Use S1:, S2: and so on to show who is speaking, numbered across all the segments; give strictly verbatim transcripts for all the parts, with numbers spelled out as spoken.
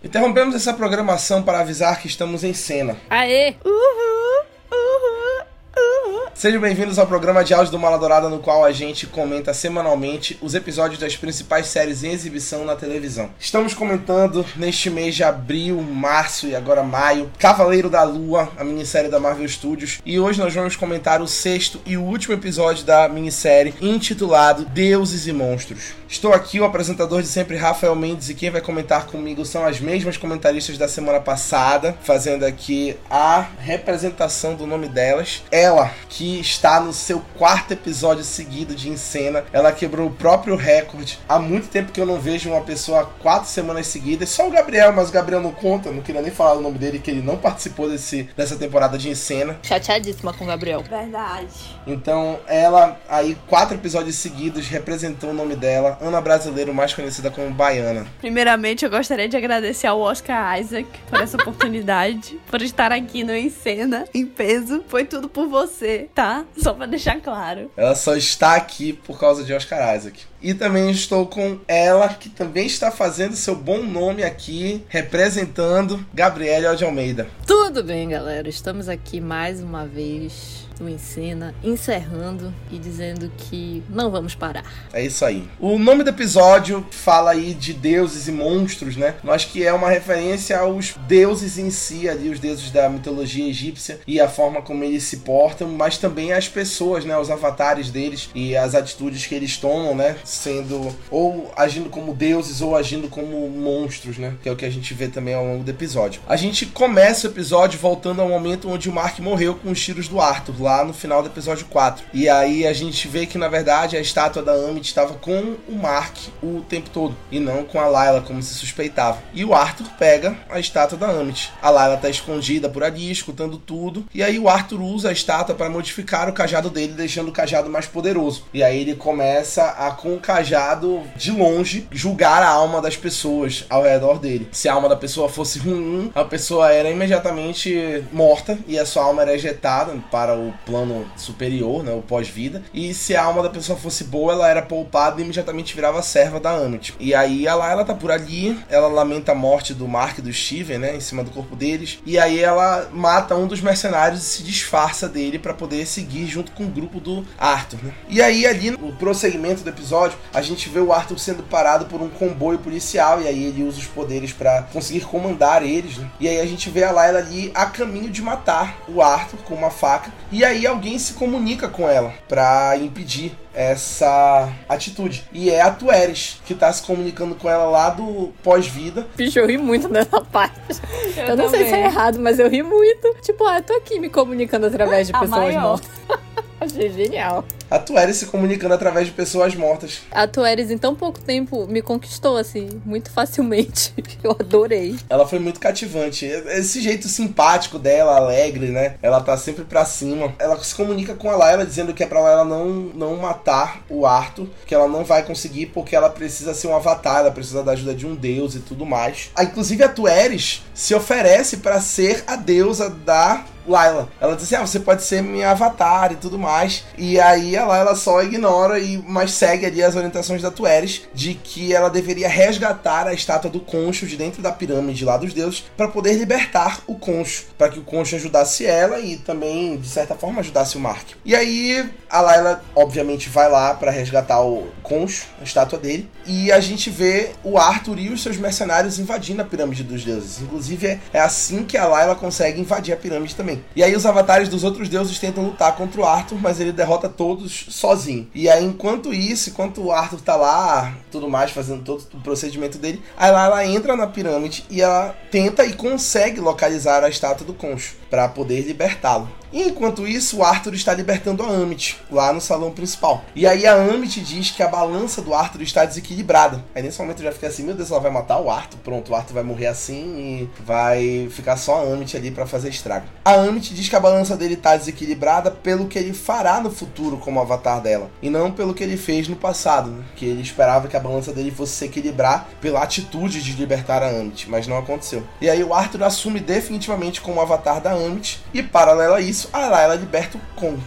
S1: Interrompemos essa programação para avisar que estamos em cena.
S2: Aê!
S3: Uhul! Uhul! Uhul!
S1: Sejam bem-vindos ao programa de áudio do Mala Dourada, no qual a gente comenta semanalmente os episódios das principais séries em exibição na televisão. Estamos comentando neste mês de abril, março e agora maio, Cavaleiro da Lua, a minissérie da Marvel Studios, e hoje nós vamos comentar o sexto e o último episódio da minissérie, intitulado Deuses e Monstros. Estou aqui, o apresentador de sempre, Rafael Mendes, e quem vai comentar comigo são as mesmas comentaristas da semana passada, fazendo aqui a representação do nome delas. Ela, que está no seu quarto episódio seguido de Em Cena, ela quebrou o próprio recorde. Há muito tempo que eu não vejo uma pessoa quatro semanas seguidas, só o Gabriel, mas o Gabriel não conta, não queria nem falar o nome dele, que ele não participou desse, dessa temporada de Em Cena.
S2: Chateadíssima com o Gabriel.
S3: Verdade.
S1: Então, ela, aí, quatro episódios seguidos, representou o nome dela, Ana Brasileiro, mais conhecida como Baiana.
S3: Primeiramente, eu gostaria de agradecer ao Oscar Isaac por essa oportunidade, por estar aqui no Em Cena, em peso. Foi tudo por você, tá? Só pra deixar claro.
S1: Ela só está aqui por causa de Oscar Isaac. E também estou com ela, que também está fazendo seu bom nome aqui, representando Gabriela de Almeida.
S2: Tudo bem, galera? Estamos aqui mais uma vez no Em Cena, encerrando e dizendo que não vamos parar.
S1: É isso aí. O nome do episódio fala aí de deuses e monstros, né? Eu acho que é uma referência aos deuses em si, ali, os deuses da mitologia egípcia e a forma como eles se portam, mas também as pessoas, né? Os avatares deles e as atitudes que eles tomam, né? Sendo ou agindo como deuses ou agindo como monstros, né? Que é o que a gente vê também ao longo do episódio. A gente começa o episódio voltando ao momento onde o Mark morreu com os tiros do Arthur, lá no final do episódio quatro. E aí a gente vê que, na verdade, a estátua da Amit estava com o Mark o tempo todo, e não com a Layla, como se suspeitava. E o Arthur pega a estátua da Amit. A Layla tá escondida por ali, escutando tudo, e aí o Arthur usa a estátua para modificar o cajado dele, deixando o cajado mais poderoso. E aí ele começa a, com o cajado de longe, julgar a alma das pessoas ao redor dele. Se a alma da pessoa fosse ruim, a pessoa era imediatamente morta, e a sua alma era ejetada para o plano superior, né, o pós-vida, e se a alma da pessoa fosse boa, ela era poupada e imediatamente virava serva da Amit. E aí ela, ela tá por ali, ela lamenta a morte do Mark e do Steven, né, em cima do corpo deles, e aí ela mata um dos mercenários e se disfarça dele para poder seguir junto com o grupo do Arthur, né. E aí ali, no prosseguimento do episódio, a gente vê o Arthur sendo parado por um comboio policial, e aí ele usa os poderes para conseguir comandar eles, né. E aí a gente vê a Layla ali a caminho de matar o Arthur com uma faca, e aí alguém se comunica com ela para impedir essa atitude. E é a Tueres, que tá se comunicando com ela lá do pós-vida.
S2: Bicho, eu ri muito nessa parte. Eu, eu não
S3: também.
S2: sei se é errado, mas eu ri muito. Tipo, ah, eu tô aqui me comunicando através de
S3: A
S2: pessoas
S3: maior.
S2: mortas. Achei genial.
S1: A Tueres se comunicando através de pessoas mortas.
S2: A Tueres, em tão pouco tempo, me conquistou, assim, muito facilmente. Eu adorei.
S1: Ela foi muito cativante. Esse jeito simpático dela, alegre, né? Ela tá sempre pra cima. Ela se comunica com a Layla, dizendo que é pra ela não, não matar o Arthur, que ela não vai conseguir porque ela precisa ser um avatar, ela precisa da ajuda de um deus e tudo mais. Ah, inclusive a Tueres se oferece pra ser a deusa da Layla. Ela diz assim, ah, você pode ser minha avatar e tudo mais. E aí a Layla só ignora, e, mas segue ali as orientações da Tueres de que ela deveria resgatar a estátua do Concho de dentro da pirâmide lá dos deuses para poder libertar o Concho, para que o Concho ajudasse ela e também, de certa forma, ajudasse o Mark. E aí a Layla, obviamente, vai lá para resgatar o Concho, a estátua dele, e a gente vê o Arthur e os seus mercenários invadindo a pirâmide dos deuses. Inclusive é, é assim que a Layla consegue invadir a pirâmide também. E aí os avatares dos outros deuses tentam lutar contra o Arthur, mas ele derrota todos sozinho. E aí, enquanto isso, enquanto o Arthur tá lá, tudo mais, fazendo todo o procedimento dele, aí lá ela entra na pirâmide e ela tenta e consegue localizar a estátua do Concho para poder libertá-lo. E enquanto isso, o Arthur está libertando a Amit lá no salão principal. E aí a Amit diz que a balança do Arthur está desequilibrada. Aí nesse momento eu já fiquei assim, meu Deus, ela vai matar o Arthur. Pronto, o Arthur vai morrer assim e vai ficar só a Amit ali para fazer estrago. A Amit diz que a balança dele está desequilibrada pelo que ele fará no futuro como avatar dela, e não pelo que ele fez no passado, né? Que ele esperava que a balança dele fosse se equilibrar pela atitude de libertar a Amit, mas não aconteceu. E aí o Arthur assume definitivamente como avatar da Amit, e paralelo a isso, a Layla liberta o Concho.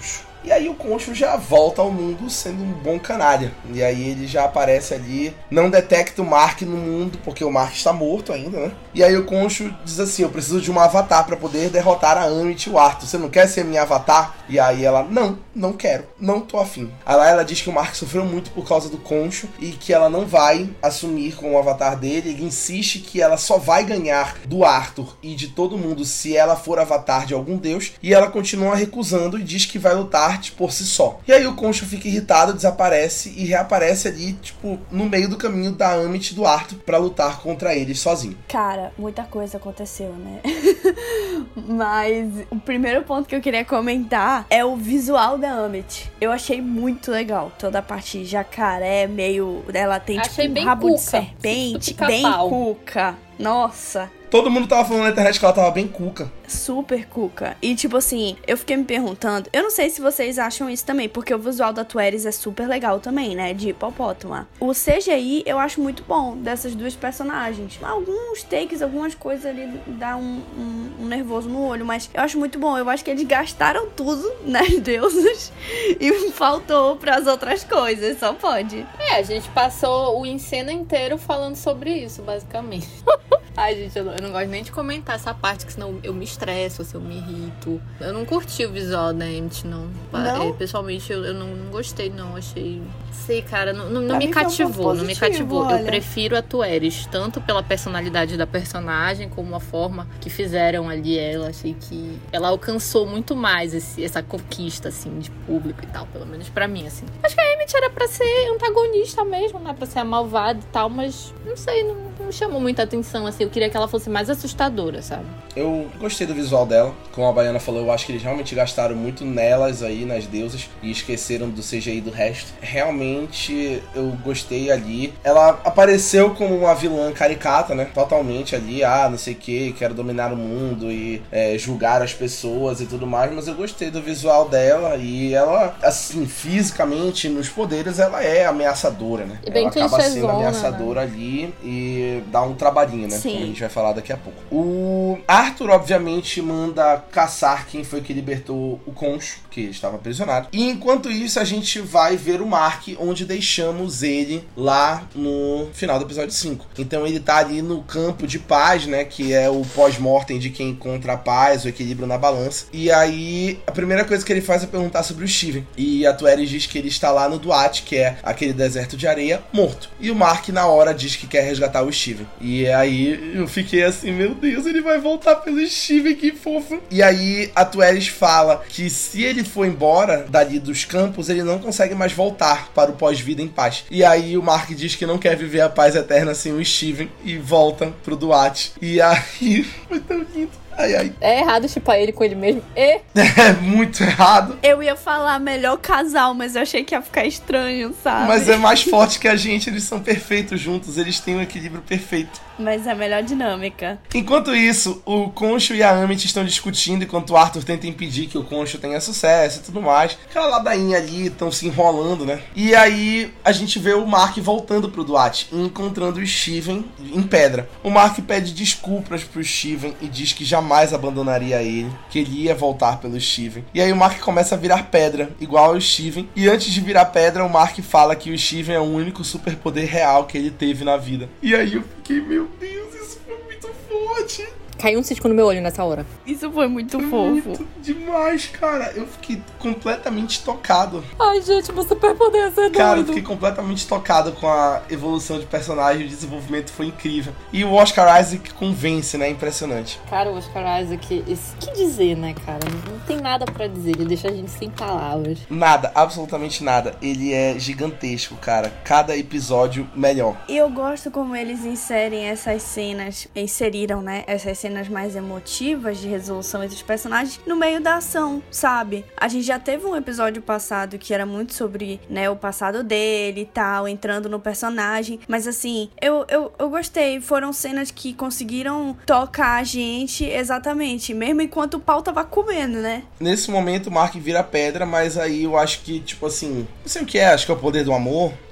S1: E aí o Khonshu já volta ao mundo sendo um bom canalha. E aí ele já aparece ali, não detecta o Mark no mundo, porque o Mark está morto ainda, né? E aí o Khonshu diz assim, eu preciso de um avatar pra poder derrotar a Ammit e o Arthur. Você não quer ser minha avatar? E aí ela, não, não quero, não tô afim. Aí lá ela diz que o Mark sofreu muito por causa do Khonshu e que ela não vai assumir como avatar dele. Ele insiste que ela só vai ganhar do Arthur e de todo mundo se ela for avatar de algum deus. E ela continua recusando e diz que vai lutar por si só. E aí o Khonshu fica irritado, desaparece e reaparece ali, tipo, no meio do caminho da Ammit e do Arthur pra lutar contra eles sozinho.
S3: Cara, muita coisa aconteceu, né? Mas o primeiro ponto que eu queria comentar é o visual da Ammit. Eu achei muito legal. Toda a parte jacaré, meio... Ela tem,
S2: achei
S3: tipo, um
S2: bem
S3: rabo
S2: cuca.
S3: de serpente.
S2: Tipo
S3: Bem
S2: pica-pau.
S3: cuca. Nossa...
S1: Todo mundo tava falando na internet que ela tava bem cuca.
S3: Super cuca. E tipo assim, eu fiquei me perguntando, eu não sei se vocês acham isso também, porque o visual da Tueris é super legal também, né, de hipopótama. O C G I eu acho muito bom dessas duas personagens. Alguns takes, algumas coisas ali dá um, um, um nervoso no olho, mas eu acho muito bom. Eu acho que eles gastaram tudo nas deusas e faltou pras outras coisas, só pode.
S2: É, a gente passou o Encena inteiro falando sobre isso, basicamente. Ai, gente, eu não, eu não gosto nem de comentar essa parte, que senão eu me estresso, assim, eu me irrito. Eu não curti o visual da Ammit, não.
S3: Não?
S2: É, pessoalmente, eu, eu não, não gostei, não. Achei... Sei, cara, não, não, não
S3: Pra
S2: me
S3: mim foi um
S2: cativou,
S3: ponto
S2: não me
S3: positivo,
S2: cativou.
S3: olha.
S2: Eu prefiro a Tueris, tanto pela personalidade da personagem, como a forma que fizeram ali ela. Achei que ela alcançou muito mais esse, essa conquista, assim, de público e tal, pelo menos pra mim, assim. Acho que a Ammit era pra ser antagonista mesmo, né? Pra ser a malvada e tal, mas não sei, não, não me chamou muita atenção, assim. Eu queria que ela fosse mais assustadora, sabe?
S1: Eu gostei do visual dela. Como a Baiana falou, eu acho que eles realmente gastaram muito nelas aí, nas deusas, e esqueceram do C G I do resto. Realmente, eu gostei ali. Ela apareceu como uma vilã caricata, né? Totalmente ali, ah, não sei o que, quero dominar o mundo e é, julgar as pessoas e tudo mais, mas eu gostei do visual dela e ela, assim, fisicamente, nos poderes, ela é ameaçadora, né?
S2: E bem
S1: ela acaba sendo
S2: clichêzona,
S1: ameaçadora, né? Ali e dá um trabalhinho, né?
S3: Sim.
S1: Como a gente vai falar daqui a pouco. O Arthur, obviamente, manda caçar quem foi que libertou o Khonshu, que estava aprisionado. E enquanto isso, a gente vai ver o Mark, onde deixamos ele lá no final do episódio cinco. Então ele tá ali no campo de paz, né? Que é o pós-mortem de quem encontra a paz, o equilíbrio na balança. E aí, a primeira coisa que ele faz é perguntar sobre o Steven. E a Tueris diz que ele está lá no Duat, que é aquele deserto de areia, morto. E o Mark, na hora, diz que quer resgatar o Steven. E aí, eu fiquei assim, meu Deus, ele vai voltar pelo Steven, que fofo. E aí, a Tueris fala que se ele for embora dali dos campos, ele não consegue mais voltar para o pós-vida em paz. E aí, o Mark diz que não quer viver a paz eterna sem o Steven e volta pro Duat. E aí, foi tão lindo. Ai, ai.
S2: É errado chipar ele com ele mesmo. E...
S1: É muito errado.
S3: Eu ia falar melhor casal, mas eu achei que ia ficar estranho, sabe?
S1: Mas é mais forte que a gente, eles são perfeitos juntos, eles têm um equilíbrio perfeito.
S3: Mas é a melhor dinâmica.
S1: Enquanto isso, o Khonshu e a Ammit estão discutindo enquanto o Arthur tenta impedir que o Khonshu tenha sucesso e tudo mais. Aquela ladainha ali, estão se enrolando, né? E aí a gente vê o Mark voltando pro Duat e encontrando o Steven em pedra. O Mark pede desculpas pro Steven e diz que jamais abandonaria ele, que ele ia voltar pelo Steven. E aí o Mark começa a virar pedra, igual ao Steven. E antes de virar pedra, o Mark fala que o Steven é o único superpoder real que ele teve na vida. E aí eu fiquei, meu Deus, isso foi muito forte.
S2: Caiu um cisco no meu olho nessa hora.
S3: Isso foi muito
S1: Foi
S3: fofo.
S1: muito demais, cara. Eu fiquei completamente tocado.
S2: Ai, gente, meu superpoder é ser
S1: Cara, eu
S2: doido.
S1: fiquei completamente tocado com a evolução de personagem. O desenvolvimento foi incrível. E o Oscar Isaac convence, né? Impressionante.
S2: Cara, o Oscar Isaac, esse- que dizer, né, cara? Não tem nada pra dizer, ele deixa a gente sem palavras.
S1: Nada, absolutamente nada. Ele é gigantesco, cara. Cada episódio melhor.
S3: E eu gosto como eles inserem essas cenas, inseriram, né, essas cenas mais emotivas de resolução entre os personagens no meio da ação, sabe? A gente já teve um episódio passado que era muito sobre, né, o passado dele e tal, entrando no personagem, mas assim, eu, eu, eu gostei, foram cenas que conseguiram tocar a gente exatamente, mesmo enquanto o pau tava comendo, né?
S1: Nesse momento o Mark vira pedra, mas aí eu acho que, tipo assim, não sei o que é, acho que é o poder do amor.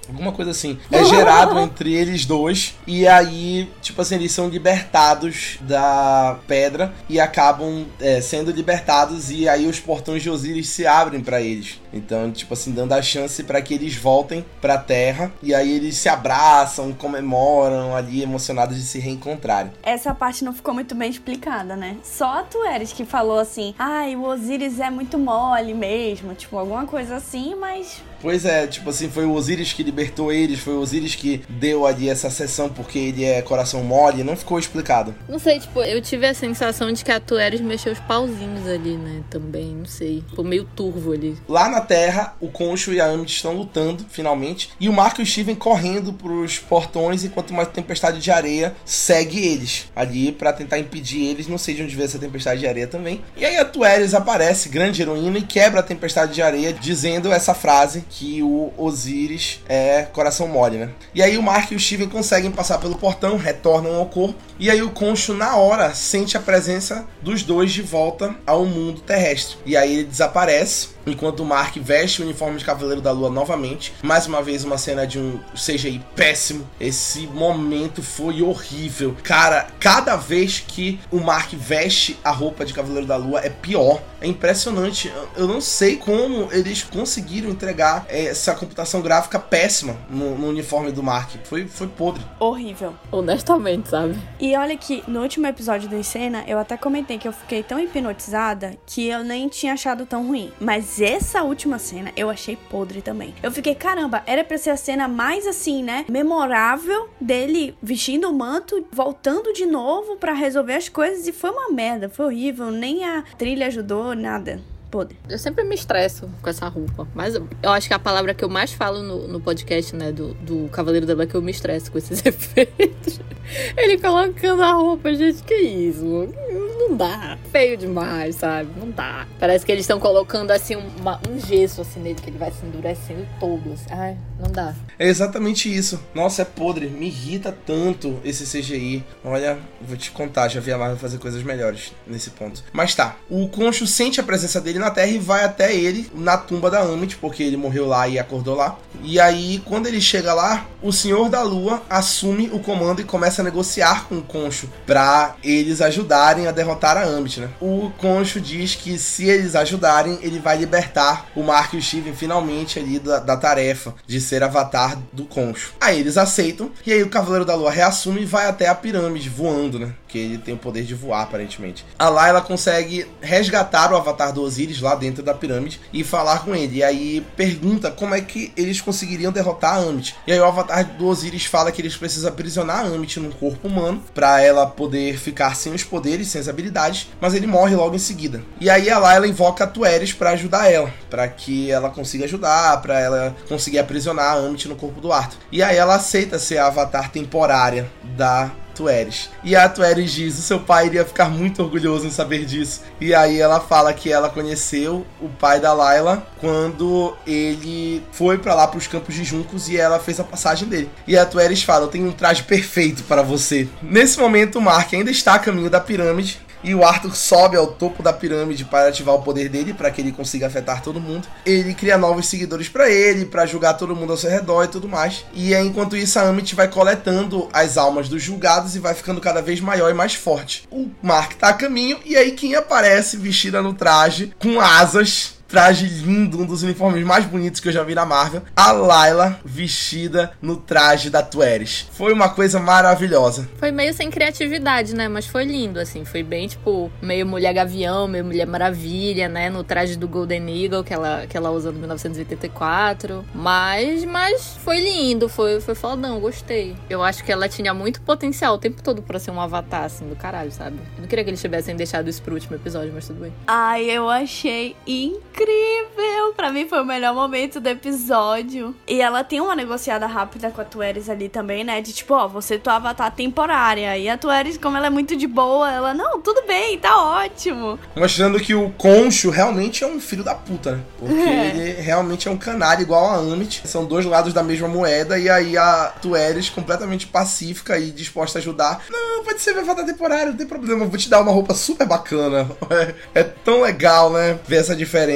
S1: Alguma coisa assim. É gerado entre eles dois. E aí, tipo assim, eles são libertados da pedra e acabam é, sendo libertados. E aí os portões de Osíris se abrem pra eles. Então, tipo assim, dando a chance pra que eles voltem pra Terra. E aí eles se abraçam, comemoram ali, emocionados de se reencontrarem.
S3: Essa parte não ficou muito bem explicada, né? Só a Tueris que falou assim, ai, o Osíris é muito mole mesmo. Tipo, alguma coisa assim, mas...
S1: Pois é, tipo assim, foi o Osíris que libertou eles, foi o Osíris que deu ali essa sessão porque ele é coração mole, não ficou explicado.
S2: Não sei, tipo, eu tive a sensação de que a Tueris mexeu os pauzinhos ali, né, também, não sei, ficou meio turvo ali.
S1: Lá na Terra, o Khonshu e a Ammit estão lutando, finalmente, e o Mark e o Steven correndo pros portões enquanto uma tempestade de areia segue eles, ali pra tentar impedir eles, não sei de onde veio essa tempestade de areia também. E aí a Tueris aparece, grande heroína, e quebra a tempestade de areia, dizendo essa frase que o Osíris é coração mole, né? E aí o Mark e o Steven conseguem passar pelo portão, retornam ao corpo, e aí o Khonshu, na hora, sente a presença dos dois de volta ao mundo terrestre. E aí ele desaparece, enquanto o Mark veste o uniforme de Cavaleiro da Lua novamente. Mais uma vez uma cena de um C G I péssimo. Esse momento foi horrível. Cara, cada vez que o Mark veste a roupa de Cavaleiro da Lua é pior. É impressionante. Eu não sei como eles conseguiram entregar essa computação gráfica péssima no, no uniforme do Mark. Foi, foi podre.
S3: Horrível.
S2: Honestamente, sabe?
S3: E olha que no último episódio do Encena, eu até comentei que eu fiquei tão hipnotizada que eu nem tinha achado tão ruim. Mas essa última cena eu achei podre também. Eu fiquei, caramba, era pra ser a cena mais assim, né, memorável dele vestindo o manto, voltando de novo pra resolver as coisas, e foi uma merda, foi horrível, nem a trilha ajudou, nada. Podre.
S2: Eu sempre me estresso com essa roupa. Mas eu acho que a palavra que eu mais falo no, no podcast, né, do, do Cavaleiro da Lua, é que eu me estresso com esses efeitos. Ele colocando a roupa, gente, que isso? Não dá. Feio demais, sabe? Não dá. Parece que eles estão colocando, assim, uma, um gesso, assim, nele, que ele vai se endurecendo todo. Assim. Ai, não dá.
S1: É exatamente isso. Nossa, é podre. Me irrita tanto esse C G I. Olha, vou te contar, já vi a Marvel fazer coisas melhores nesse ponto. Mas tá. O Khonshu sente a presença dele na Terra e vai até ele na tumba da Ammit, porque ele morreu lá e acordou lá. E aí, quando ele chega lá, o Senhor da Lua assume o comando e começa a negociar com o Khonshu pra eles ajudarem a derrotar a Ammit, né? O Khonshu diz que se eles ajudarem, ele vai libertar o Mark e o Steven finalmente ali da, da tarefa de ser avatar do Khonshu. Aí eles aceitam, e aí o Cavaleiro da Lua reassume e vai até a pirâmide voando, né? Porque ele tem o poder de voar, aparentemente. A Layla consegue resgatar o avatar do Osíris lá dentro da pirâmide e falar com ele. E aí pergunta como é que eles conseguiriam derrotar a Ammit. E aí o avatar do Osíris fala que eles precisam aprisionar a Ammit num corpo humano pra ela poder ficar sem os poderes, sem as habilidades, mas ele morre logo em seguida. E aí a Layla invoca a Tueris pra ajudar ela, pra que ela consiga ajudar, pra ela conseguir aprisionar a Ammit no corpo do Arthur. E aí ela aceita ser a avatar temporária da Tueris. E a Tueris diz, o seu pai iria ficar muito orgulhoso em saber disso. E aí ela fala que ela conheceu o pai da Layla quando ele foi pra lá pros Campos de Juncos e ela fez a passagem dele. E a Tueris fala, eu tenho um traje perfeito para você. Nesse momento o Mark ainda está a caminho da pirâmide e o Arthur sobe ao topo da pirâmide para ativar o poder dele, para que ele consiga afetar todo mundo. Ele cria novos seguidores para ele, para julgar todo mundo ao seu redor e tudo mais. E aí, enquanto isso, a Ammit vai coletando as almas dos julgados e vai ficando cada vez maior e mais forte. O Mark tá a caminho, e aí quem aparece vestida no traje, com asas, traje lindo, um dos uniformes mais bonitos que eu já vi na Marvel, a Layla vestida no traje da Tueris. Foi uma coisa maravilhosa.
S2: Foi meio sem criatividade, né? Mas foi lindo, assim. Foi bem, tipo, meio Mulher Gavião, meio Mulher Maravilha, né? No traje do Golden Eagle que ela, que ela usa no mil novecentos e oitenta e quatro. Mas, mas foi lindo, foi, foi fodão, gostei. Eu acho que ela tinha muito potencial o tempo todo pra ser um avatar, assim, do caralho, sabe? Eu não queria que eles tivessem deixado isso pro último episódio, mas tudo bem.
S3: Ai, eu achei incrível. Incrível! Pra mim foi o melhor momento do episódio. E ela tem uma negociada rápida com a Tueris ali também, né? De tipo, ó, você é tua avatar temporária. E a Tueris, como ela é muito de boa, ela, não, tudo bem, tá ótimo.
S1: Mostrando que o Khonshu realmente é um filho da puta, né? Porque é. ele realmente é um canalha igual a Ammit. São dois lados da mesma moeda. E aí a Tueris, completamente pacífica e disposta a ajudar. Não, pode ser meu avatar temporário, não tem problema. Eu vou te dar uma roupa super bacana. É, é tão legal, né? Ver essa diferença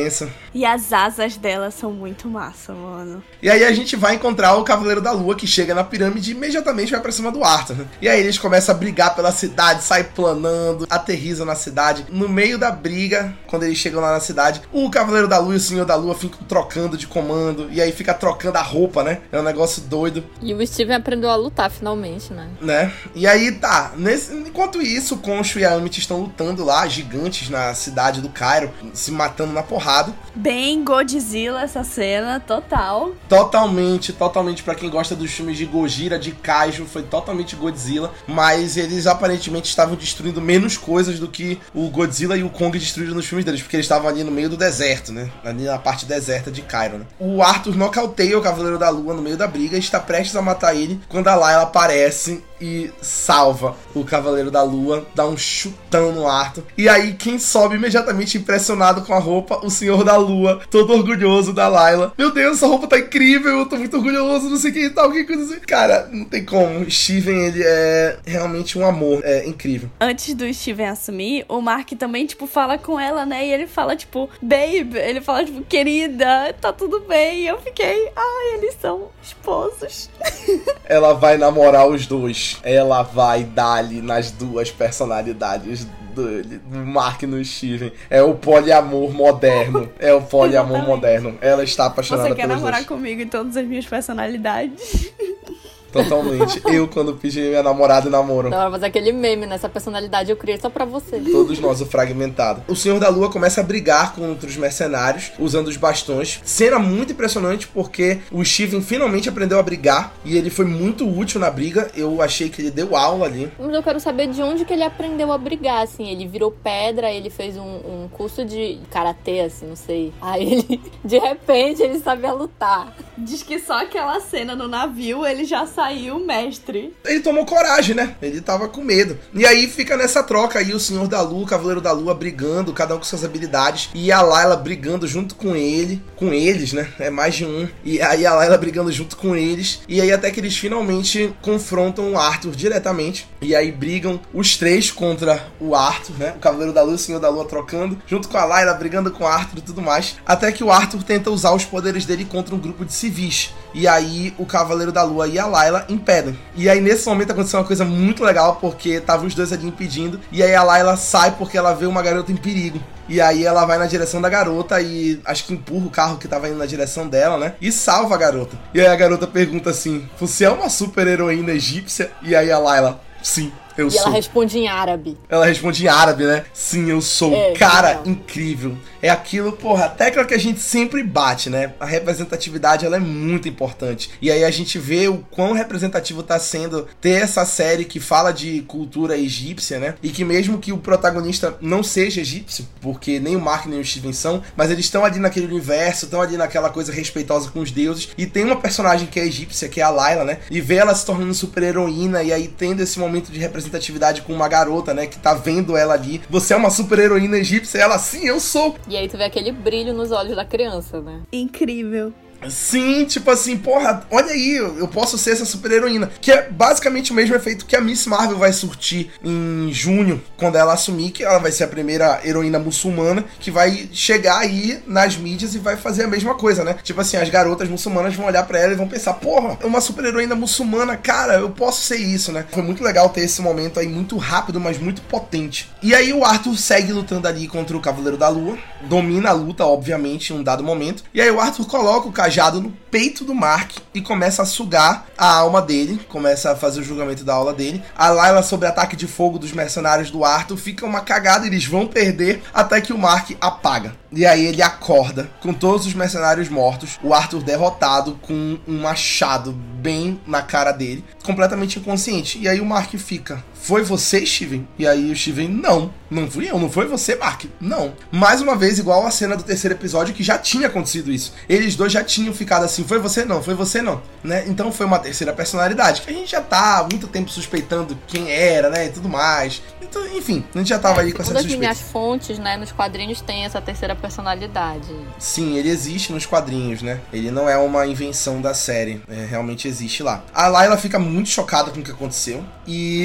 S1: tensa.
S3: E as asas dela são muito massa, mano.
S1: E aí a gente vai encontrar o Cavaleiro da Lua, que chega na pirâmide e imediatamente vai pra cima do Arthur, né? E aí eles começam a brigar pela cidade, sai planando, aterrissam na cidade. No meio da briga, quando eles chegam lá na cidade, o Cavaleiro da Lua e o Senhor da Lua ficam trocando de comando, e aí fica trocando a roupa, né? É um negócio doido.
S2: E o Steven aprendeu a lutar finalmente, né?
S1: Né? E aí tá, nesse, enquanto isso, o Khonshu e a Amity estão lutando lá, gigantes na cidade do Cairo, se matando na porrada.
S3: Bem Godzilla essa cena, total.
S1: Totalmente, totalmente, pra quem gosta dos filmes de Gojira, de Kaiju, foi totalmente Godzilla, mas eles aparentemente estavam destruindo menos coisas do que o Godzilla e o Kong destruíram nos filmes deles, porque eles estavam ali no meio do deserto, né? Ali na parte deserta de Cairo, né? O Arthur nocauteia o Cavaleiro da Lua no meio da briga e está prestes a matar ele quando a Layla aparece e salva o Cavaleiro da Lua, dá um chutão no Arthur. E aí quem sobe imediatamente impressionado com a roupa? O Senhor da Lua, todo orgulhoso da Layla. Meu Deus, essa roupa tá incrível, eu tô muito orgulhoso, não sei o que e tal, que coisa assim. Cara, não tem como. Steven, ele é realmente um amor, é incrível.
S3: Antes do Steven assumir, o Mark também, tipo, fala com ela, né? E ele fala, tipo, babe, ele fala, tipo, querida, tá tudo bem. E eu fiquei, ai, eles são esposos.
S1: Ela vai namorar os dois. Ela vai dar-lhe nas duas personalidades do, do Mark e no Steven. É o poliamor moderno. É o poliamor
S3: Exatamente.
S1: moderno. Ela está apaixonada
S3: Você quer
S1: pelos
S3: namorar
S1: dois.
S3: comigo em todas as minhas personalidades?
S1: Totalmente. Eu, quando pedi minha namorada em namoro.
S2: Não, mas aquele meme nessa personalidade eu criei só pra você.
S1: Todos nós, o fragmentado. O Senhor da Lua começa a brigar contra os mercenários, usando os bastões. Cena muito impressionante, porque o Steven finalmente aprendeu a brigar, e ele foi muito útil na briga. Eu achei que ele deu aula ali.
S2: Mas eu quero saber de onde que ele aprendeu a brigar, assim. Ele virou pedra, ele fez um, um curso de karatê, assim, não sei. Aí ele, de repente, ele sabia lutar.
S3: Diz que só aquela cena no navio, ele já saiu mestre.
S1: Ele tomou coragem, né? Ele tava com medo. E aí fica nessa troca aí o Senhor da Lua, o Cavaleiro da Lua brigando, cada um com suas habilidades. E a Layla brigando junto com ele. Com eles, né? É mais de um. E aí a Layla brigando junto com eles. E aí até que eles finalmente confrontam o Arthur diretamente. E aí brigam os três contra o Arthur, né? O Cavaleiro da Lua e o Senhor da Lua trocando. Junto com a Layla brigando com o Arthur e tudo mais. Até que o Arthur tenta usar os poderes dele contra um grupo de civis. E aí o Cavaleiro da Lua e a Layla impedem. E aí nesse momento aconteceu uma coisa muito legal, porque estavam os dois ali impedindo, e aí a Layla sai porque ela vê uma garota em perigo. E aí ela vai na direção da garota e acho que empurra o carro que tava indo na direção dela, né? E salva a garota. E aí a garota pergunta assim: você é uma super heroína egípcia? E aí a Layla: sim, eu
S2: e
S1: sou.
S2: E ela responde em árabe.
S1: Ela responde em árabe, né? Sim, eu sou.
S2: É,
S1: cara,
S2: legal.
S1: incrível. É aquilo, porra, a tecla que a gente sempre bate, né? A representatividade, ela é muito importante. E aí a gente vê o quão representativo tá sendo ter essa série que fala de cultura egípcia, né? E que mesmo que o protagonista não seja egípcio, porque nem o Mark nem o Steven são, mas eles estão ali naquele universo, estão ali naquela coisa respeitosa com os deuses. E tem uma personagem que é egípcia, que é a Layla, né? E vê ela se tornando super heroína e aí tendo esse momento de representatividade com uma garota, né? Que tá vendo ela ali. Você é uma super heroína egípcia? Ela, sim, eu sou.
S2: E aí tu vê aquele brilho nos olhos da criança, né?
S3: Incrível.
S1: Sim, tipo assim, porra, olha aí, eu posso ser essa super heroína. Que é basicamente o mesmo efeito que a Miss Marvel vai surtir em junho, quando ela assumir que ela vai ser a primeira heroína muçulmana que vai chegar aí nas mídias e vai fazer a mesma coisa, né? Tipo assim, as garotas muçulmanas vão olhar pra ela e vão pensar: porra, é uma super heroína muçulmana, cara, eu posso ser isso, né? Foi muito legal ter esse momento aí, muito rápido, mas muito potente. E aí o Arthur segue lutando ali contra o Cavaleiro da Lua, domina a luta, obviamente, em um dado momento. E aí o Arthur coloca o cajado no peito do Mark e começa a sugar a alma dele, começa a fazer o julgamento da aula dele. A Layla, sob ataque de fogo dos mercenários do Arthur, fica uma cagada, eles vão perder até que o Mark apaga. E aí ele acorda com todos os mercenários mortos, o Arthur derrotado com um machado bem na cara dele, completamente inconsciente. E aí o Mark fica: foi você, Steven? E aí o Steven: não, não fui eu, não foi você, Mark, não. Mais uma vez, igual a cena do terceiro episódio, que já tinha acontecido isso. Eles dois já tinham ficado assim: foi você não, foi você não, né? Então foi uma terceira personalidade, que a gente já tá há muito tempo suspeitando quem era, né, e tudo mais. Então, enfim, a gente já tava
S2: é,
S1: ali com essa
S2: suspeita.
S1: suspeita.
S2: Todas as minhas fontes, né, nos quadrinhos tem essa terceira personalidade.
S1: Sim, ele existe nos quadrinhos, né? Ele não é uma invenção da série, é, realmente existe lá. A Layla fica muito chocada com o que aconteceu e a,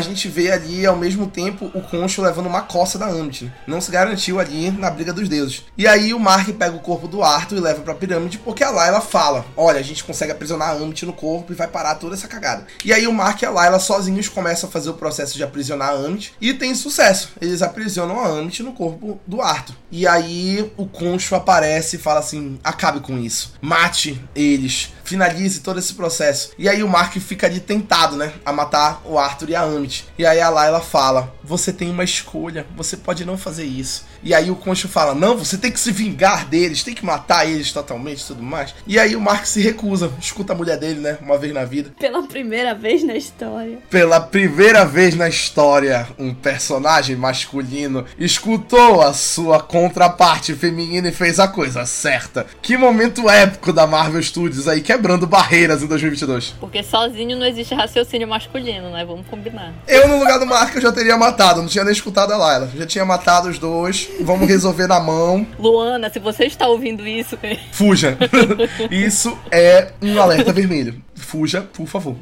S1: gente vê ali, ao mesmo tempo, o Khonshu levando uma coça da Ammit. Não se garantiu ali na briga dos deuses. E aí o Mark pega o corpo do Arthur e leva pra pirâmide, porque a Layla fala, olha, a gente consegue aprisionar a Ammit no corpo e vai parar toda essa cagada. E aí o Mark e a Layla sozinhos começam a fazer o processo de aprisionar a Ammit e tem sucesso. Eles aprisionam a Ammit no corpo do Arthur. E aí o Khonshu aparece e fala assim, acabe com isso. Mate eles. Finalize todo esse processo. E aí o Mark fica ali tentado, né? A matar o Arthur e a Ammit. E aí a Layla fala, você tem uma escolha. Você pode não fazer isso. E aí o Khonshu fala, não, você tem que se vingar deles. Tem que matar eles totalmente e tudo mais. E aí o Mark se recusa. Escuta a mulher dele, né? Uma vez na vida.
S3: Pela primeira vez na história.
S1: Pela primeira vez na história, um personagem masculino escutou a sua contraparte feminina e fez a coisa certa. Que momento épico da Marvel Studios aí, quebrando barreiras em dois mil e vinte e dois.
S2: Porque sozinho não existe raciocínio masculino, né? Vamos combinar.
S1: Eu, no lugar do Mark, eu já teria matado. Não tinha nem escutado a Layla. Já tinha matado os dois. Vamos resolver na mão.
S2: Luana, se você está ouvindo isso...
S1: Fuja. Isso é um alerta vermelho. Fuja, por favor.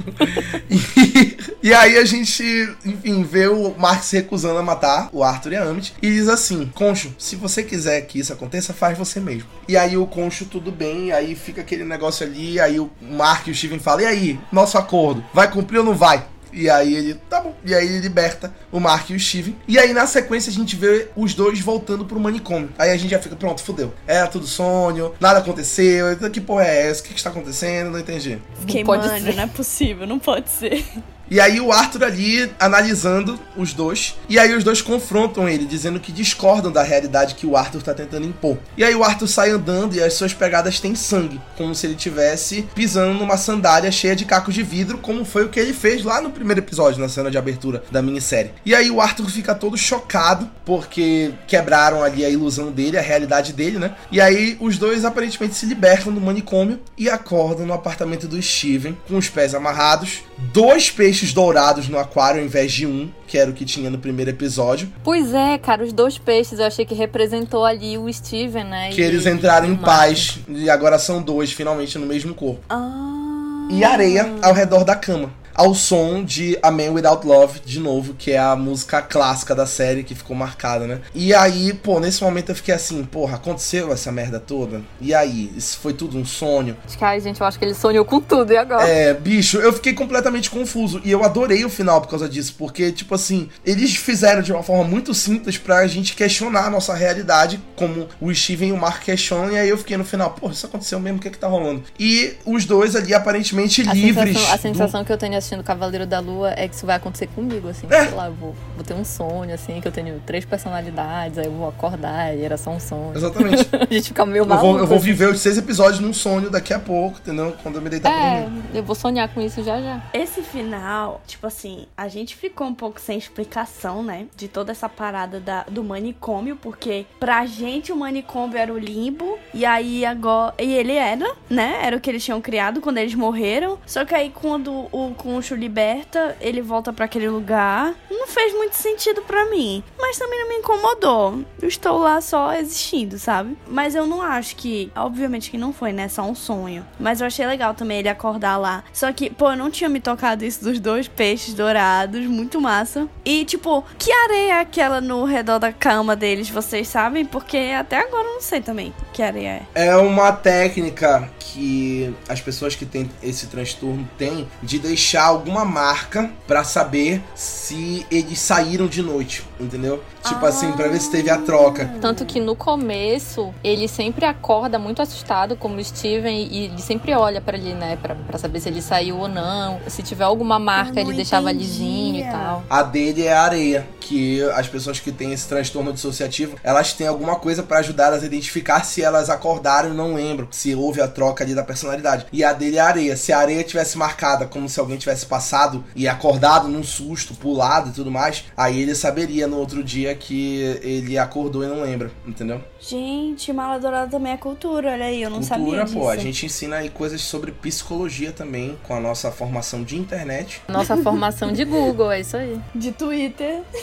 S1: e, e aí a gente, enfim, vê o Mark se recusando a matar o Arthur e a Ammit. E diz assim, Khonshu, se você quiser que isso aconteça, faz você mesmo. E aí o Khonshu, tudo bem. Aí fica aquele negócio ali. Aí o Mark e o Steven falam, e aí, nosso acordo, vai cumprir ou não vai? E aí ele, tá bom. E aí ele liberta o Mark e o Steven. E aí na sequência a gente vê os dois voltando pro manicômio. Aí a gente já fica, pronto, fudeu. Era tudo sonho, nada aconteceu. Que porra é essa? O que que está acontecendo? Não entendi.
S3: Fiquei, mano, não é possível, não pode ser.
S1: E aí o Arthur ali analisando os dois. E aí os dois confrontam ele, dizendo que discordam da realidade que o Arthur tá tentando impor. E aí o Arthur sai andando e as suas pegadas têm sangue. Como se ele tivesse pisando numa sandália cheia de cacos de vidro, como foi o que ele fez lá no primeiro episódio, na cena de abertura da minissérie. E aí o Arthur fica todo chocado, porque quebraram ali a ilusão dele, a realidade dele, né? E aí os dois aparentemente se libertam do manicômio e acordam no apartamento do Steven, com os pés amarrados, dois peixes dourados no aquário ao invés de um, que era o que tinha no primeiro episódio.
S2: Pois é, cara, os dois peixes eu achei que representou ali o Steven, né?
S1: Que e eles entraram em paz e agora são dois, finalmente, no mesmo corpo.
S3: Ah.
S1: E areia ao redor da cama. Ao som de A Man Without Love, de novo, que é a música clássica da série que ficou marcada, né? E aí, pô, nesse momento eu fiquei assim, porra, aconteceu essa merda toda? E aí, isso foi tudo um sonho?
S2: Ai, gente, eu acho que ele sonhou com tudo, e agora?
S1: É, bicho, eu fiquei completamente confuso. E eu adorei o final por causa disso, porque, tipo assim, eles fizeram de uma forma muito simples pra gente questionar a nossa realidade, como o Steven e o Mark questionam, e aí eu fiquei no final, porra, isso aconteceu mesmo, o que é que tá rolando? E os dois ali, aparentemente,
S2: a
S1: livres...
S2: Sensação, a sensação
S1: do...
S2: que eu tenho assistindo Cavaleiro da Lua é que isso vai acontecer comigo, assim,
S1: é.
S2: sei lá, eu vou, vou ter um sonho, assim, que eu tenho três personalidades, aí eu vou acordar e era só um sonho.
S1: Exatamente.
S2: A gente fica meio
S1: eu
S2: maluco.
S1: vou, eu vou viver os seis episódios num sonho daqui a pouco, entendeu? Quando eu me deitar
S2: é,
S1: pra mim.
S2: Eu vou sonhar com isso já já.
S3: Esse final, tipo assim, a gente ficou um pouco sem explicação, né? De toda essa parada da, do manicômio, porque pra gente o manicômio era o limbo, e aí agora... E ele era, né? Era o que eles tinham criado quando eles morreram. Só que aí quando o Khonshu liberta, ele volta pra aquele lugar. Não fez muito sentido pra mim, mas também não me incomodou. Eu estou lá só existindo, sabe? Mas eu não acho que... Obviamente que não foi, né? Só um sonho. Mas eu achei legal também ele acordar lá. Só que, pô, eu não tinha me tocado isso dos dois peixes dourados. Muito massa. E, tipo, que areia é aquela no redor da cama deles, vocês sabem? Porque até agora eu não sei também que areia é.
S1: É uma técnica que as pessoas que têm esse transtorno têm de deixar alguma marca pra saber se eles saíram de noite, entendeu? Tipo ah. assim, pra ver se teve a troca.
S2: Tanto que no começo, ele sempre acorda muito assustado, como o Steven, e ele sempre olha pra ali, né? Pra, pra saber se ele saiu ou não. Se tiver alguma marca, ele deixava lisinho e tal.
S1: A dele é a areia, que as pessoas que têm esse transtorno dissociativo, elas têm alguma coisa pra ajudar elas a identificar se elas acordaram e não lembram, se houve a troca ali da personalidade. E a dele é a areia. Se a areia tivesse marcada como se alguém tivesse passado e acordado num susto, pulado e tudo mais, aí ele saberia no outro dia que ele acordou e não lembra, entendeu?
S3: Gente, Mala Dourada também é cultura, olha aí, eu não
S1: cultura,
S3: sabia disso.
S1: Pô, a gente ensina aí coisas sobre psicologia também, com a nossa formação de internet.
S2: Nossa formação de Google, é isso aí.
S3: De Twitter.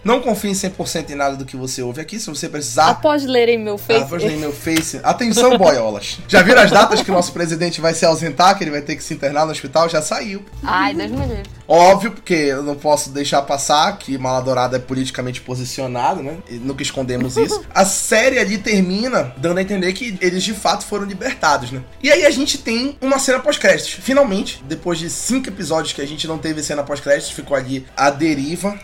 S1: Não confie cem por cento em nada do que você ouve aqui. Se você precisar...
S2: Após lerem meu Face...
S1: Após lerem meu Face... Atenção, boiolas. Já viram as datas que o nosso presidente vai se ausentar, que ele vai ter que se internar no hospital? Já saiu.
S2: Ai, Deus me livre.
S1: Óbvio, porque eu não posso deixar passar que Maladourada é politicamente posicionado, né? E nunca escondemos isso. A série ali termina dando a entender que eles de fato foram libertados, né? E aí a gente tem uma cena pós-créditos. Finalmente, depois de cinco episódios que a gente não teve cena pós-créditos, ficou ali a deriva.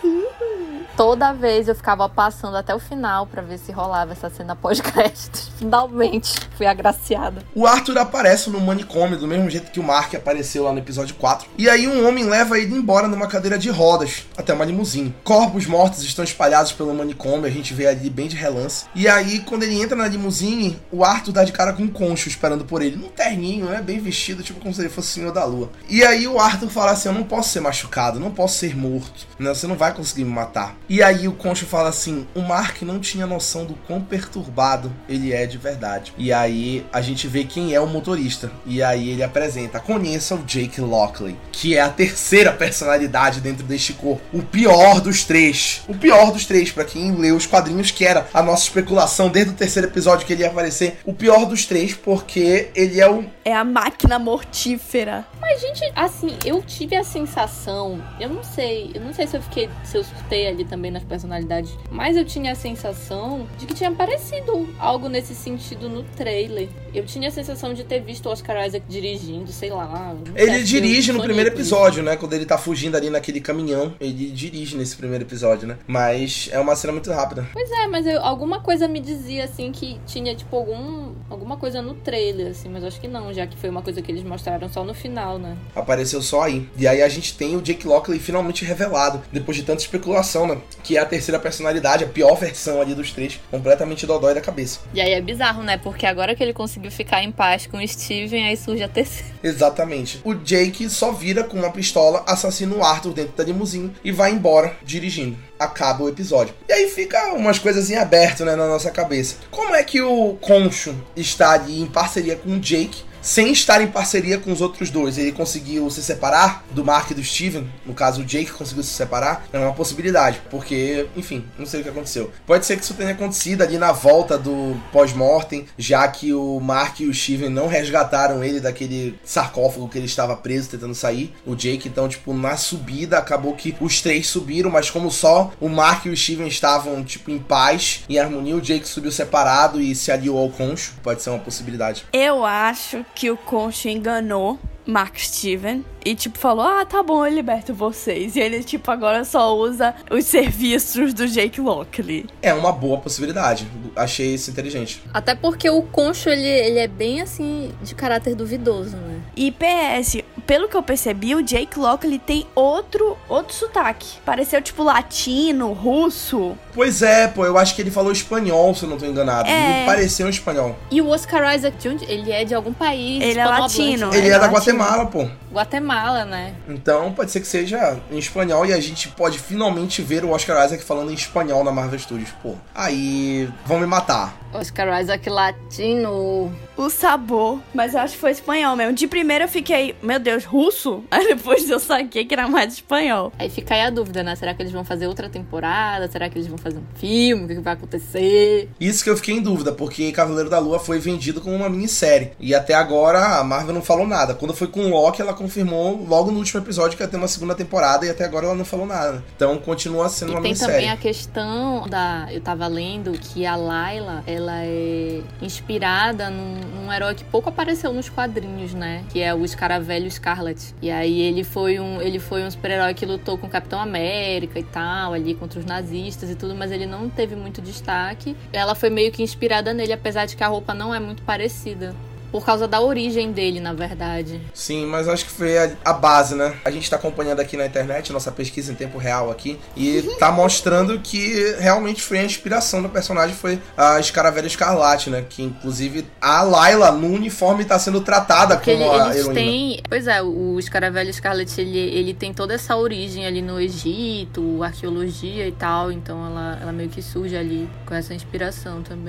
S2: Toda vez eu ficava passando até o final pra ver se rolava essa cena pós-créditos. Finalmente fui agraciada.
S1: O Arthur aparece no manicômio do mesmo jeito que o Mark apareceu lá no episódio quatro. E aí um homem leva ele embora numa cadeira de rodas até uma limusine. Corpos mortos estão espalhados pelo manicômio, a gente vê ali bem de relance. E aí quando ele entra na limusine, o Arthur dá de cara com um concho esperando por ele. Num terninho, né? Bem vestido, tipo como se ele fosse o Senhor da Lua. E aí o Arthur fala assim, eu não posso ser machucado, não posso ser morto. Né? Você não vai conseguir me matar. E aí o Concho fala assim, o Mark não tinha noção do quão perturbado ele é de verdade. E aí a gente vê quem é o motorista. E aí ele apresenta, conheça o Jake Lockley, que é a terceira personalidade dentro deste corpo. O pior dos três. O pior dos três, pra quem leu os quadrinhos, que era a nossa especulação desde o terceiro episódio que ele ia aparecer. O pior dos três, porque ele é o...
S3: É a máquina mortífera.
S2: Mas, gente, assim, eu tive a sensação, eu não sei, eu não sei se eu fiquei, se eu surtei ali também nas personalidades, mas eu tinha a sensação de que tinha aparecido algo nesse sentido no trailer. Eu tinha a sensação de ter visto o Oscar Isaac dirigindo, sei lá.
S1: Ele dirige no primeiro episódio, né? Quando ele tá fugindo ali naquele caminhão, ele dirige nesse primeiro episódio, né? Mas é uma cena muito rápida.
S2: Pois é, mas eu, alguma coisa me dizia, assim, que tinha, tipo, algum, alguma coisa no trailer, assim, mas eu acho que não, já que foi uma coisa que eles mostraram só no final, né?
S1: Apareceu só aí. E aí a gente tem o Jake Lockley finalmente revelado, depois de tanta especulação, né? Que é a terceira personalidade, a pior versão ali dos três, completamente dodói da cabeça.
S2: E aí é bizarro, né? Porque agora que ele conseguiu ficar em paz com o Steven, aí surge a terceira.
S1: Exatamente. O Jake só vira com uma pistola, assassina o Arthur dentro da limusine e vai embora dirigindo. Acaba o episódio. E aí fica umas coisas em aberto, né, na nossa cabeça. Como é que o Concho está ali em parceria com o Jake, sem estar em parceria com os outros dois? Ele conseguiu se separar do Mark e do Steven. No caso, o Jake conseguiu se separar. É uma possibilidade, porque, enfim, não sei o que aconteceu. Pode ser que isso tenha acontecido ali na volta do pós-mortem, já que o Mark e o Steven não resgataram ele daquele sarcófago que ele estava preso, tentando sair. O Jake, então, tipo, na subida, acabou que os três subiram, mas como só o Mark e o Steven estavam, tipo, em paz, em harmonia, o Jake subiu separado e se aliou ao Concho. Pode ser uma possibilidade.
S3: Eu acho que o Concho enganou Mark Steven e, tipo, falou, ah, tá bom, eu liberto vocês. E ele, tipo, agora só usa os serviços do Jake Lockley.
S1: É uma boa possibilidade. Achei isso inteligente.
S2: Até porque o Concho, ele, ele é bem, assim, de caráter duvidoso, né?
S3: E P S, pelo que eu percebi, o Jake Lockley tem outro, outro sotaque. Pareceu, tipo, latino, russo.
S1: Pois é, pô, eu acho que ele falou espanhol, se eu não tô enganado.
S3: É.
S1: Ele pareceu um espanhol.
S2: E o Oscar Isaac, de onde? Ele é de algum país.
S3: Ele é latino.
S1: Ele
S3: é
S1: é da
S3: latino.
S1: Guatemala, pô.
S2: Guatemala, né?
S1: Então pode ser que seja em espanhol e a gente pode finalmente ver o Oscar Isaac falando em espanhol na Marvel Studios. Pô, aí vão me matar.
S2: Oscar Isaac latino.
S3: O sabor, mas eu acho que foi espanhol mesmo. De primeira eu fiquei, meu Deus, russo? Aí depois eu saquei que era mais espanhol.
S2: Aí fica aí a dúvida, né? Será que eles vão fazer outra temporada? Será que eles vão fazer um filme? O que vai acontecer?
S1: Isso que eu fiquei em dúvida, porque Cavaleiro da Lua foi vendido como uma minissérie. E até agora a Marvel não falou nada. Quando foi com o Loki, ela confirmou logo no último episódio que ia ter uma segunda temporada e até agora ela não falou nada. Então continua sendo
S2: e
S1: uma
S2: tem
S1: minissérie.
S2: Também a questão da... Eu tava lendo que a Layla, ela é inspirada num, num herói que pouco apareceu nos quadrinhos, né? Que é o Escaravelho Scarlet. E aí ele foi um, ele foi um super-herói que lutou com o Capitão América e tal, ali contra os nazistas e tudo, mas ele não teve muito destaque. Ela foi meio que inspirada nele, apesar de que a roupa não é muito parecida. Por causa da origem dele, na verdade.
S1: Sim, mas acho que foi a, a base, né? A gente tá acompanhando aqui na internet, nossa pesquisa em tempo real aqui, e tá mostrando que realmente foi a inspiração do personagem, foi a Escaravelha Escarlate, né? Que inclusive a Layla no uniforme tá sendo tratada
S2: Porque
S1: como
S2: ele,
S1: a
S2: eles
S1: heroína.
S2: Têm, pois é, o Escaravelho Scarlet, ele, ele tem toda essa origem ali no Egito, arqueologia e tal, então ela, ela meio que surge ali com essa inspiração também.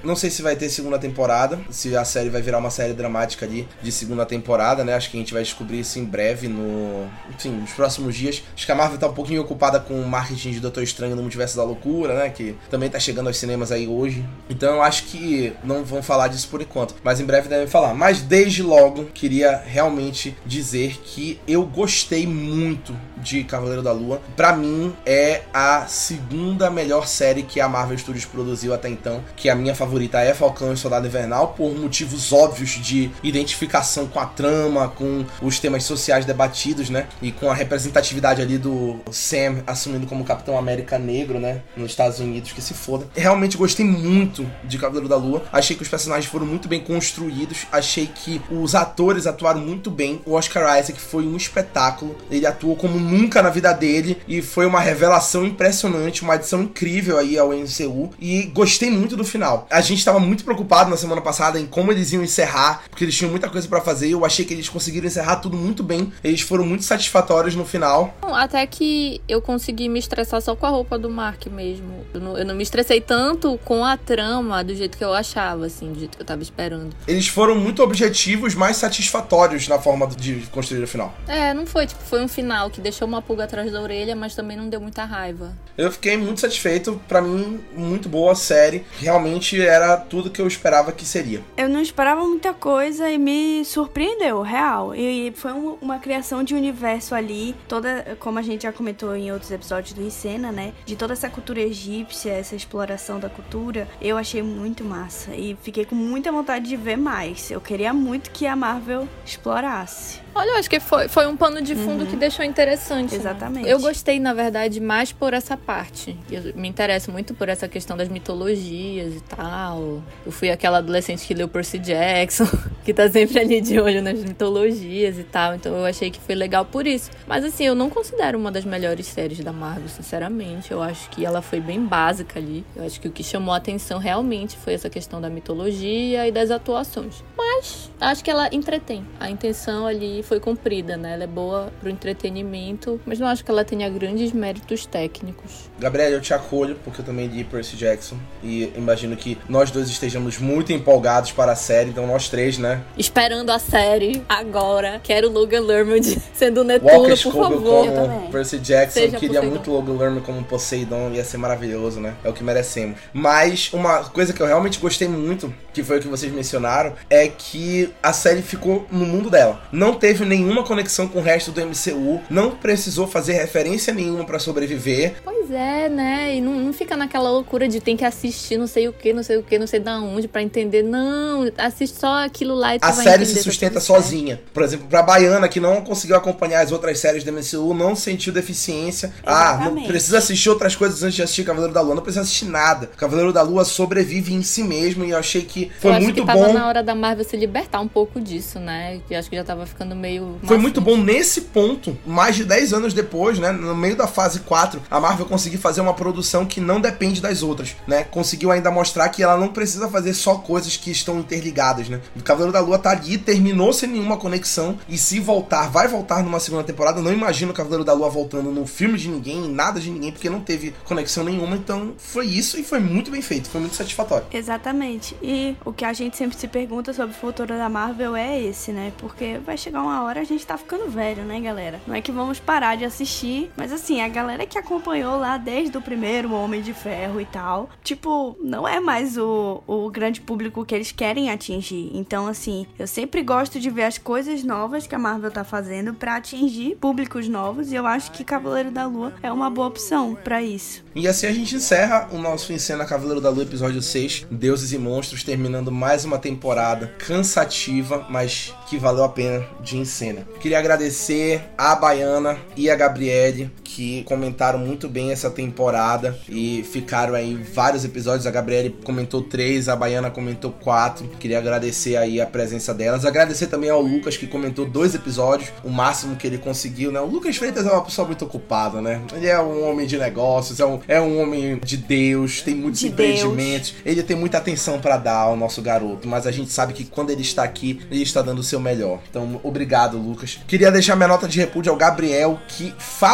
S1: Não sei se vai ter segunda temporada, se a série vai virar uma série dramática ali de segunda temporada, né? Acho que a gente vai descobrir isso em breve, no... enfim, nos próximos dias. Acho que a Marvel tá um pouquinho ocupada com o marketing de Doutor Estranho no Multiverso da Loucura, né? Que também tá chegando aos cinemas aí hoje. Então eu acho que não vão falar disso por enquanto, mas em breve devem falar. Mas desde logo, queria realmente dizer que eu gostei muito de Cavaleiro da Lua. Pra mim, é a segunda melhor série que a Marvel Studios produziu até então, que a minha favorita é Falcão e Soldado Invernal, por motivos óbvios de identificação com a trama, com os temas sociais debatidos, né? E com a representatividade ali do Sam assumindo como Capitão América negro, né? Nos Estados Unidos, que se foda. Realmente gostei muito de Cavaleiro da Lua. Achei que os personagens foram muito bem construídos. Achei que os atores atuaram muito bem. O Oscar Isaac foi um espetáculo. Ele atuou como nunca na vida dele e foi uma revelação impressionante, uma adição incrível aí ao M C U. E gostei muito do final. A gente tava muito preocupado na semana passada em como eles iam encerrar, porque eles tinham muita coisa pra fazer. Eu achei que eles conseguiram encerrar tudo muito bem. Eles foram muito satisfatórios no final.
S2: Até que eu consegui me estressar só com a roupa do Mark mesmo. Eu não, eu não me estressei tanto com a trama do jeito que eu achava, assim, do jeito que eu tava esperando.
S1: Eles foram muito objetivos, mais satisfatórios na forma de construir o final.
S2: É, não foi, tipo, foi um final que deixou uma pulga atrás da orelha, mas também não deu muita raiva.
S1: Eu fiquei muito satisfeito. Pra mim, muito boa a série. Realmente era tudo que eu esperava que seria.
S3: Eu não esperava muita coisa e me surpreendeu, real. E foi um, uma criação de universo ali, toda, como a gente já comentou em outros episódios do Encena, né? De toda essa cultura egípcia, essa exploração da cultura, eu achei muito massa. E fiquei com muita vontade de ver mais. Eu queria muito que a Marvel explorasse.
S2: Olha, eu acho que foi, foi um pano de fundo uhum. que deixou interessante.
S3: Exatamente.
S2: Né? Eu gostei, na verdade, mais por essa parte. Eu me interesso muito por essa questão das mitologias e tal. Eu fui aquela adolescente que leu Percy Jackson, que tá sempre ali de olho nas mitologias e tal. Então eu achei que foi legal por isso. Mas assim, eu não considero uma das melhores séries da Marvel, sinceramente. Eu acho que ela foi bem básica ali. Eu acho que o que chamou a atenção realmente foi essa questão da mitologia e das atuações. Mas acho que ela entretém. A intenção ali foi cumprida, né? Ela é boa pro entretenimento, mas não acho que ela tenha grandes méritos técnicos.
S1: Gabriela, eu te acolho, porque eu também li Percy Jackson, e imagino que nós dois estejamos muito empolgados para a série, então nós três, né?
S2: Esperando a série agora. Quero Logan Lerman sendo Netuno,
S1: Walker
S2: por
S1: Scobell
S2: favor.
S1: como Percy Jackson.
S2: Seja
S1: Queria
S2: Poseidon.
S1: muito Logan Lerman como Poseidon, ia ser maravilhoso, né? É o que merecemos. Mas uma coisa que eu realmente gostei muito, que foi o que vocês mencionaram, é que a série ficou no mundo dela. Não teve nenhuma conexão com o resto do M C U, não precisou fazer referência nenhuma pra sobreviver.
S2: Pois é, né? E não, não fica naquela loucura de tem que assistir não sei o que, não sei o que, não sei da onde pra entender. Não, assiste só aquilo lá e tu
S1: a
S2: vai
S1: série
S2: entender.
S1: Se sustenta sozinha. Por exemplo, pra Baiana, que não conseguiu acompanhar as outras séries do M C U, não sentiu deficiência.
S3: Exatamente.
S1: Ah, não precisa assistir outras coisas antes de assistir Cavaleiro da Lua. Não precisa assistir nada. Cavaleiro da Lua sobrevive em si mesmo e eu achei que foi
S2: eu
S1: muito
S2: acho que tava
S1: bom.
S2: na hora da Marvel se libertar um pouco disso, né? Que acho que já tava ficando meio...
S1: Foi muito bom nesse ponto, mais de dez anos depois, né, no meio da fase quatro, a Marvel conseguiu fazer uma produção que não depende das outras, né, conseguiu ainda mostrar que ela não precisa fazer só coisas que estão interligadas, né. O Cavaleiro da Lua tá ali, terminou sem nenhuma conexão, e se voltar, vai voltar numa segunda temporada. Não imagino o Cavaleiro da Lua voltando no filme de ninguém, em nada de ninguém, porque não teve conexão nenhuma. Então foi isso e foi muito bem feito, foi muito satisfatório.
S3: Exatamente, e o que a gente sempre se pergunta sobre o futuro da Marvel é esse, né, porque vai chegar uma hora a gente tá ficando velho, né, galera? Não é que vamos parar de assistir, mas assim, a galera que acompanhou lá desde o primeiro Homem de Ferro e tal, tipo, não é mais o, o grande público que eles querem atingir. Então, assim, eu sempre gosto de ver as coisas novas que a Marvel tá fazendo pra atingir públicos novos, e eu acho que Cavaleiro da Lua é uma boa opção pra isso.
S1: E assim a gente encerra o nosso Encena Cavaleiro da Lua, episódio seis, Deuses e Monstros, terminando mais uma temporada cansativa, mas que valeu a pena de Encena. Queria agradecer a Baiana e a Gabriele, que comentaram muito bem essa temporada e ficaram aí vários episódios. A Gabriele comentou três, a Baiana comentou quatro. Queria agradecer aí a presença delas. Agradecer também ao Lucas, que comentou dois episódios, o máximo que ele conseguiu, né? O Lucas Freitas é uma pessoa muito ocupada, né? Ele é um homem de negócios, é um, é um homem de Deus, tem muitos
S3: de
S1: empreendimentos.
S3: Deus.
S1: Ele tem muita atenção pra dar ao nosso garoto, mas a gente sabe que quando ele está aqui, ele está dando o seu melhor. Então, obrigado, Lucas. Queria deixar minha nota de repúdio ao Gabriel, que faltou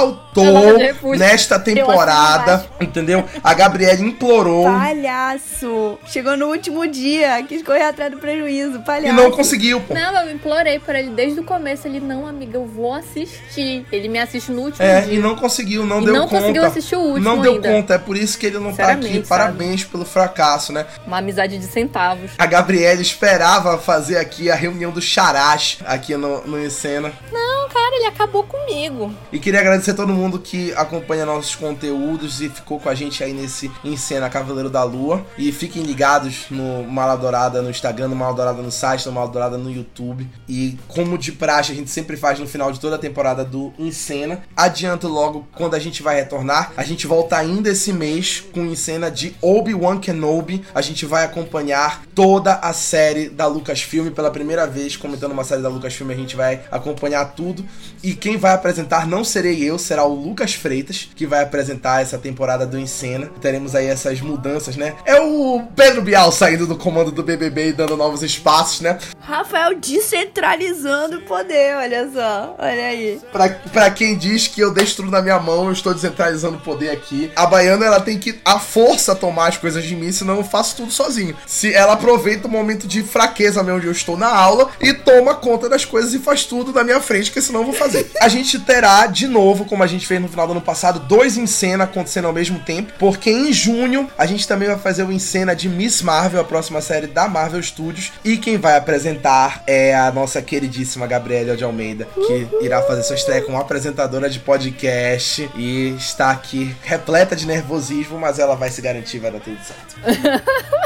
S1: nesta temporada, entendeu? A Gabriele implorou.
S3: Palhaço! Chegou no último dia, quis correr atrás do prejuízo, palhaço.
S1: E não conseguiu, pô.
S2: Não, eu implorei por ele desde o começo. Ele, não, amiga, eu vou assistir. Ele me assiste no último
S1: é,
S2: dia.
S1: E não conseguiu, não
S2: e
S1: deu
S2: não
S1: conta.
S2: não conseguiu assistir o último
S1: Não deu
S2: ainda.
S1: conta, é por isso que ele não tá aqui. Parabéns pelo fracasso, né?
S2: Uma amizade de centavos.
S1: A Gabriele esperava fazer aqui a reunião do Charás aqui no, no Em Cena.
S2: Não, cara, ele acabou comigo.
S1: E queria agradecer a todo mundo que acompanha nossos conteúdos e ficou com a gente aí nesse Em Cena Cavaleiro da Lua. E fiquem ligados no Mala Dourada no Instagram, no Mala Dourada no site, no Mala Dourada no YouTube. E como de praxe, a gente sempre faz no final de toda a temporada do Em Cena. Adianto logo quando a gente vai retornar. A gente volta ainda esse mês com Em Cena de Obi-Wan Kenobi. A gente vai acompanhar toda a série da Lucasfilm pela primeira vez, comentando uma série da Lucasfilm, a gente vai acompanhar tudo. E quem vai apresentar não serei eu, será o Lucas Freitas, que vai apresentar essa temporada do Em Cena. Teremos aí essas mudanças, né? É o Pedro Bial saindo do comando do B B B e dando novos espaços, né?
S3: Rafael descentralizando o poder, olha só, olha aí.
S1: Pra, pra quem diz que eu deixo tudo na minha mão, eu estou descentralizando o poder aqui. A Baiana, ela tem que, a força, tomar as coisas de mim, senão eu faço tudo sozinho. Se ela aproveita o momento de fraqueza meu, onde eu estou na aula, e toma conta das coisas e faz tudo na minha frente, que senão eu vou fazer. A gente terá, de novo, como a gente fez no final do ano passado, dois Em Cena acontecendo ao mesmo tempo, porque em junho a gente também vai fazer o Em Cena de Miss Marvel, a próxima série da Marvel Studios, e quem vai apresentar é a nossa queridíssima Gabriela de Almeida, que irá fazer sua estreia como apresentadora de podcast e está aqui repleta de nervosismo, mas ela vai se garantir, vai dar tudo certo.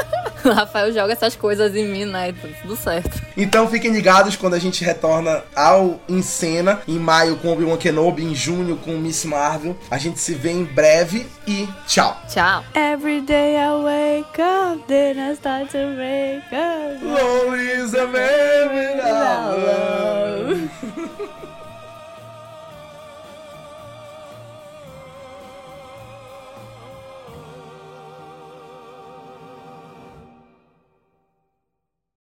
S2: O Rafael joga essas coisas em mim, né? Tá tudo certo.
S1: Então fiquem ligados quando a gente retorna ao Em Cena, em maio com Obi-Wan Kenobi, em junho com Miss Marvel. A gente se vê em breve e tchau.
S2: Tchau.
S3: Every day I wake up, then I start to wake up.
S1: Lonely is a man.